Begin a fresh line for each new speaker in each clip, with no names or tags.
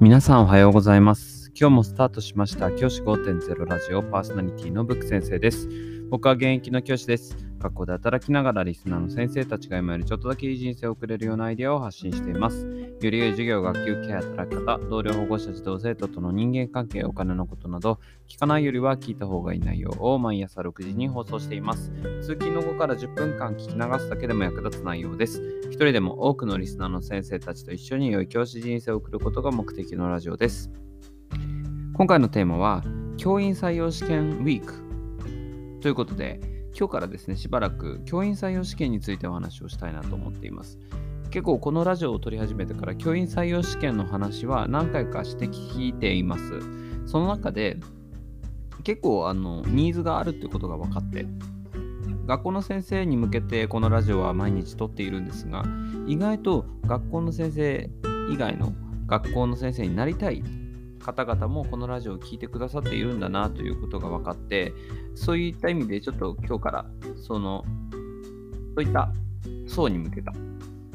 皆さんおはようございます。今日もスタートしました教師 5.0 ラジオパーソナリティのブック先生です。僕は現役の教師です。学校で働きながらリスナーの先生たちが今よりちょっとだけいい人生を送れるようなアイデアを発信しています。より良い授業、学級ケア、働き方、同僚、保護者、児童生徒との人間関係、お金のことなど聞かないよりは聞いた方がいい内容を毎朝6時に放送しています。通勤の後から10分間聞き流すだけでも役立つ内容です。一人でも多くのリスナーの先生たちと一緒に良い教師人生を送ることが目的のラジオです。今回のテーマは教員採用試験ウィークということで、今日からですね、しばらく教員採用試験についてお話をしたいなと思っています。結構このラジオを撮り始めてから教員採用試験の話は何回かしてきています。その中で結構ニーズがあるってことが分かって、学校の先生に向けてこのラジオは毎日撮っているんですが、意外と学校の先生以外の学校の先生になりたい方々もこのラジオを聞いてくださっているんだなということが分かって、そういった意味でちょっと今日からそういった層に向けた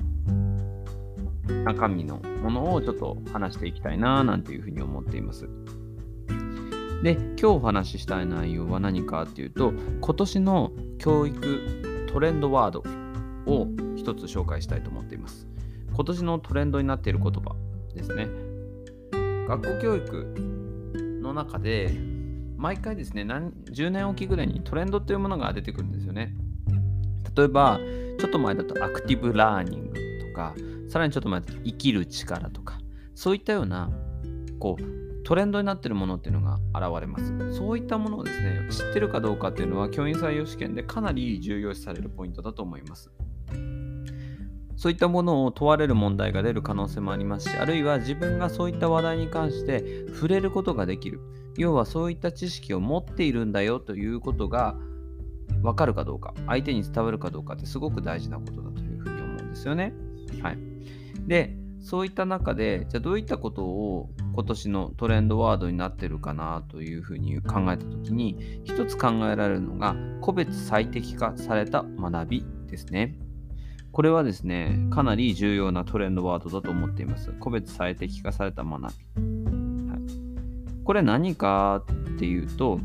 中身のものをちょっと話していきたいななんていうふうに思っています。で、今日お話ししたい内容は何かっていうと、今年の教育トレンドワードを一つ紹介したいと思っています。今年のトレンドになっている言葉ですね。学校教育の中で毎回ですね、10年おきぐらいにトレンドというものが出てくるんですよね。例えばちょっと前だとアクティブラーニングとか、さらにちょっと前だと生きる力とか、そういったようなトレンドになっているものっていうのが現れます。そういったものをですね、知ってるかどうかっていうのは教員採用試験でかなり重要視されるポイントだと思います。そういったものを問われる問題が出る可能性もありますし、あるいは自分がそういった話題に関して触れることができる。要はそういった知識を持っているんだよということが分かるかどうか、相手に伝わるかどうかってすごく大事なことだというふうに思うんですよね。はい。で、そういった中で、じゃあどういったことを今年のトレンドワードになってるかなというふうに考えたときに、一つ考えられるのが個別最適化された学びですね。これはですね、かなり重要なトレンドワードだと思っています。個別最適化された学び。はい、これ何かっていうと、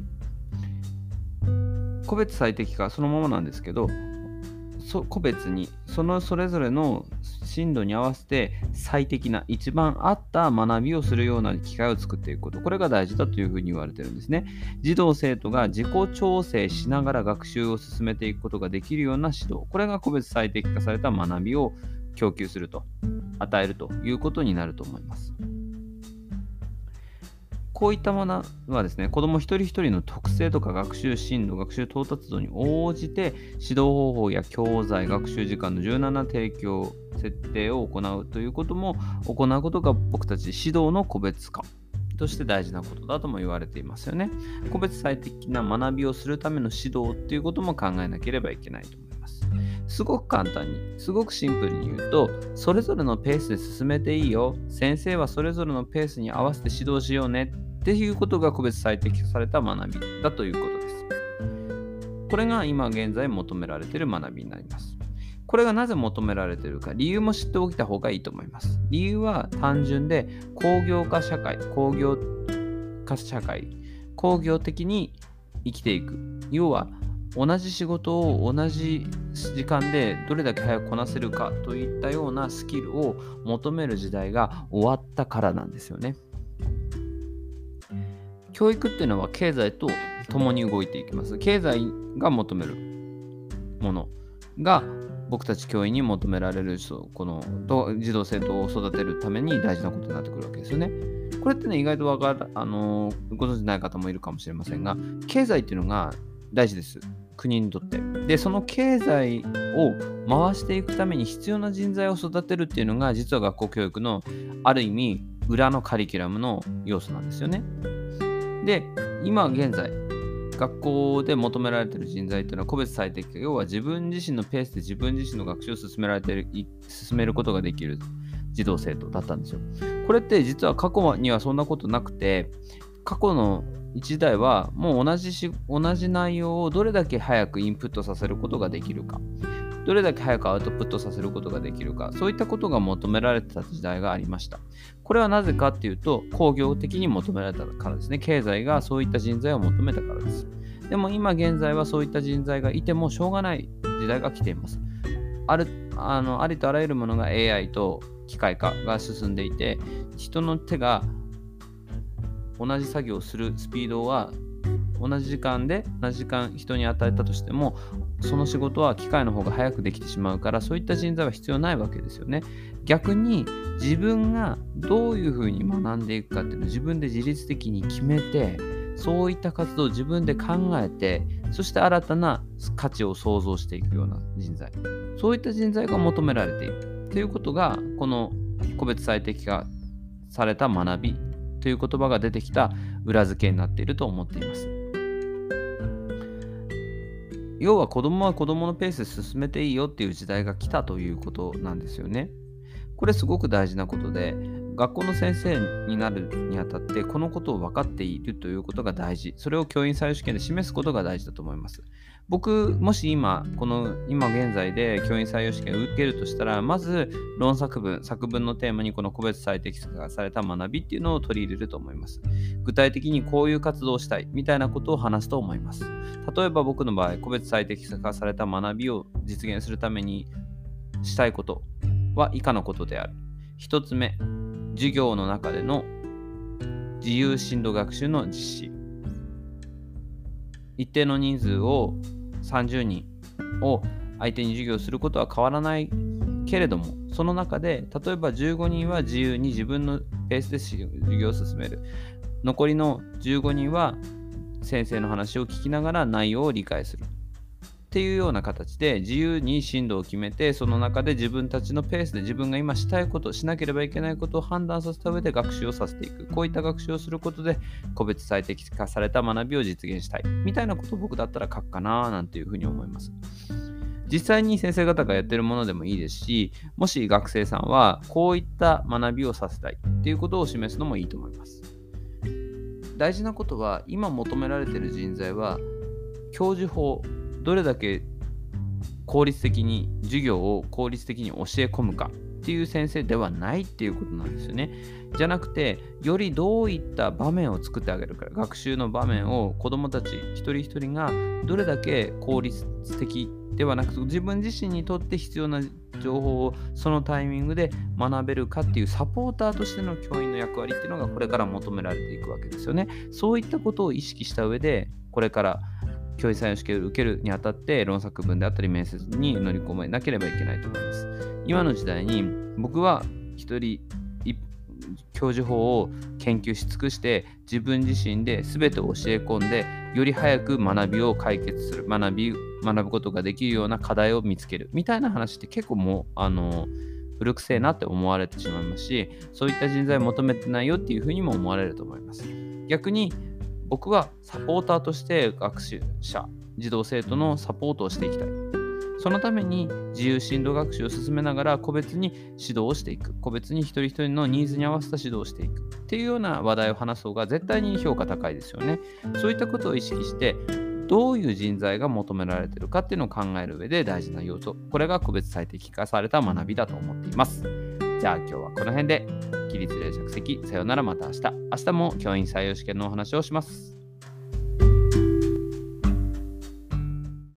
個別最適化そのままなんですけど、個別にそれぞれの進路に合わせて最適な一番合った学びをするような機会を作っていくこと、これが大事だというふうに言われているんですね。児童生徒が自己調整しながら学習を進めていくことができるような指導、これが個別最適化された学びを供給すると、与えるということになると思います。こういったものはですね、子ども一人一人の特性とか学習進度、学習到達度に応じて指導方法や教材、学習時間の柔軟な提供、設定を行うということも行うことが僕たち指導の個別化として大事なことだとも言われていますよね。個別最適な学びをするための指導ということも考えなければいけないと思います。すごく簡単に、すごくシンプルに言うと、それぞれのペースで進めていいよ。先生はそれぞれのペースに合わせて指導しようねっていうことが個別最適化された学びだということです。これが今現在求められている学びになります。これがなぜ求められているか、理由も知っておいた方がいいと思います。理由は単純で、工業社会、工業的に生きていく。要は同じ仕事を同じ時間でどれだけ早くこなせるかといったようなスキルを求める時代が終わったからなんですよね。教育っていうのは経済と共に動いていきます。経済が求めるものが僕たち教員に求められる、この児童生徒を育てるために大事なことになってくるわけですよね。これってね、意外とご存じない方もいるかもしれませんが、経済っていうのが大事です。国にとって。で、その経済を回していくために必要な人材を育てるっていうのが、実は学校教育のある意味裏のカリキュラムの要素なんですよね。で、今現在学校で求められている人材というのは個別最適化、要は自分自身のペースで自分自身の学習を進めることができる児童生徒だったんですよ。これって実は過去にはそんなことなくて、過去の一代はもう同じ内容をどれだけ早くインプットさせることができるか。 どれだけ早くアウトプットさせることができるか、そういったことが求められてた時代がありました。これはなぜかっていうと、工業的に求められたからですね。経済がそういった人材を求めたからです。でも今現在はそういった人材がいてもしょうがない時代が来ています。ありとあらゆるものが AI と機械化が進んでいて、人の手が同じ作業をするスピードは同じ時間人に与えたとしても、その仕事は機械の方が早くできてしまうから、そういった人材は必要ないわけですよね。逆に自分がどういうふうに学んでいくかっていうのを自分で自律的に決めて、そういった活動を自分で考えて、そして新たな価値を創造していくような人材、そういった人材が求められているということが、この個別最適化された学びという言葉が出てきた裏付けになっていると思っています。要は子供は子供のペースで進めていいよっていう時代が来たということなんですよね。これすごく大事なことで、学校の先生になるにあたってこのことを分かっているということが大事。それを教員採用試験で示すことが大事だと思います。僕、もし今現在で教員採用試験を受けるとしたら、まず作文のテーマにこの個別最適化された学びっていうのを取り入れると思います。具体的にこういう活動をしたいみたいなことを話すと思います。例えば僕の場合、個別最適化された学びを実現するためにしたいことは以下のことである。1つ目、授業の中での自由深度学習の実施。一定の人数を30人を相手に授業することは変わらないけれども、その中で例えば15人は自由に自分のペースで授業を進める。残りの15人は先生の話を聞きながら内容を理解する。っていうような形で自由に進路を決めて、その中で自分たちのペースで自分が今したいこと、しなければいけないことを判断させた上で学習をさせていく。こういった学習をすることで個別最適化された学びを実現したいみたいなことを僕だったら書くかななんていうふうに思います。実際に先生方がやってるものでもいいですし、もし学生さんはこういった学びをさせたいっていうことを示すのもいいと思います。大事なことは、今求められている人材は教授法、どれだけ効率的に授業を効率的に教え込むかっていう先生ではないっていうことなんですよね。じゃなくて、よりどういった場面を作ってあげるか、学習の場面を子どもたち一人一人がどれだけ効率的ではなく、自分自身にとって必要な情報をそのタイミングで学べるかっていうサポーターとしての教員の役割っていうのがこれから求められていくわけですよね。そういったことを意識した上で、これから教員採用試験を受けるにあたって論作文であったり面接に乗り込めなければいけないと思います。今の時代に僕は一人教授法を研究し尽くして、自分自身で全てを教え込んで、より早く学びを解決する、学ぶことができるような課題を見つけるみたいな話って結構もう古くせえなって思われてしまいますし、そういった人材を求めてないよっていうふうにも思われると思います。逆に僕はサポーターとして学習者、児童生徒のサポートをしていきたい。そのために自由深度学習を進めながら個別に指導をしていく。個別に一人一人のニーズに合わせた指導をしていく。っていうような話題を話す方が絶対に評価高いですよね。そういったことを意識して、どういう人材が求められているかっていうのを考える上で大事な要素。これが個別最適化された学びだと思っています。じゃあ今日はこの辺で。起立例着席、さよなら、また明日。明日も教員採用試験のお話をします。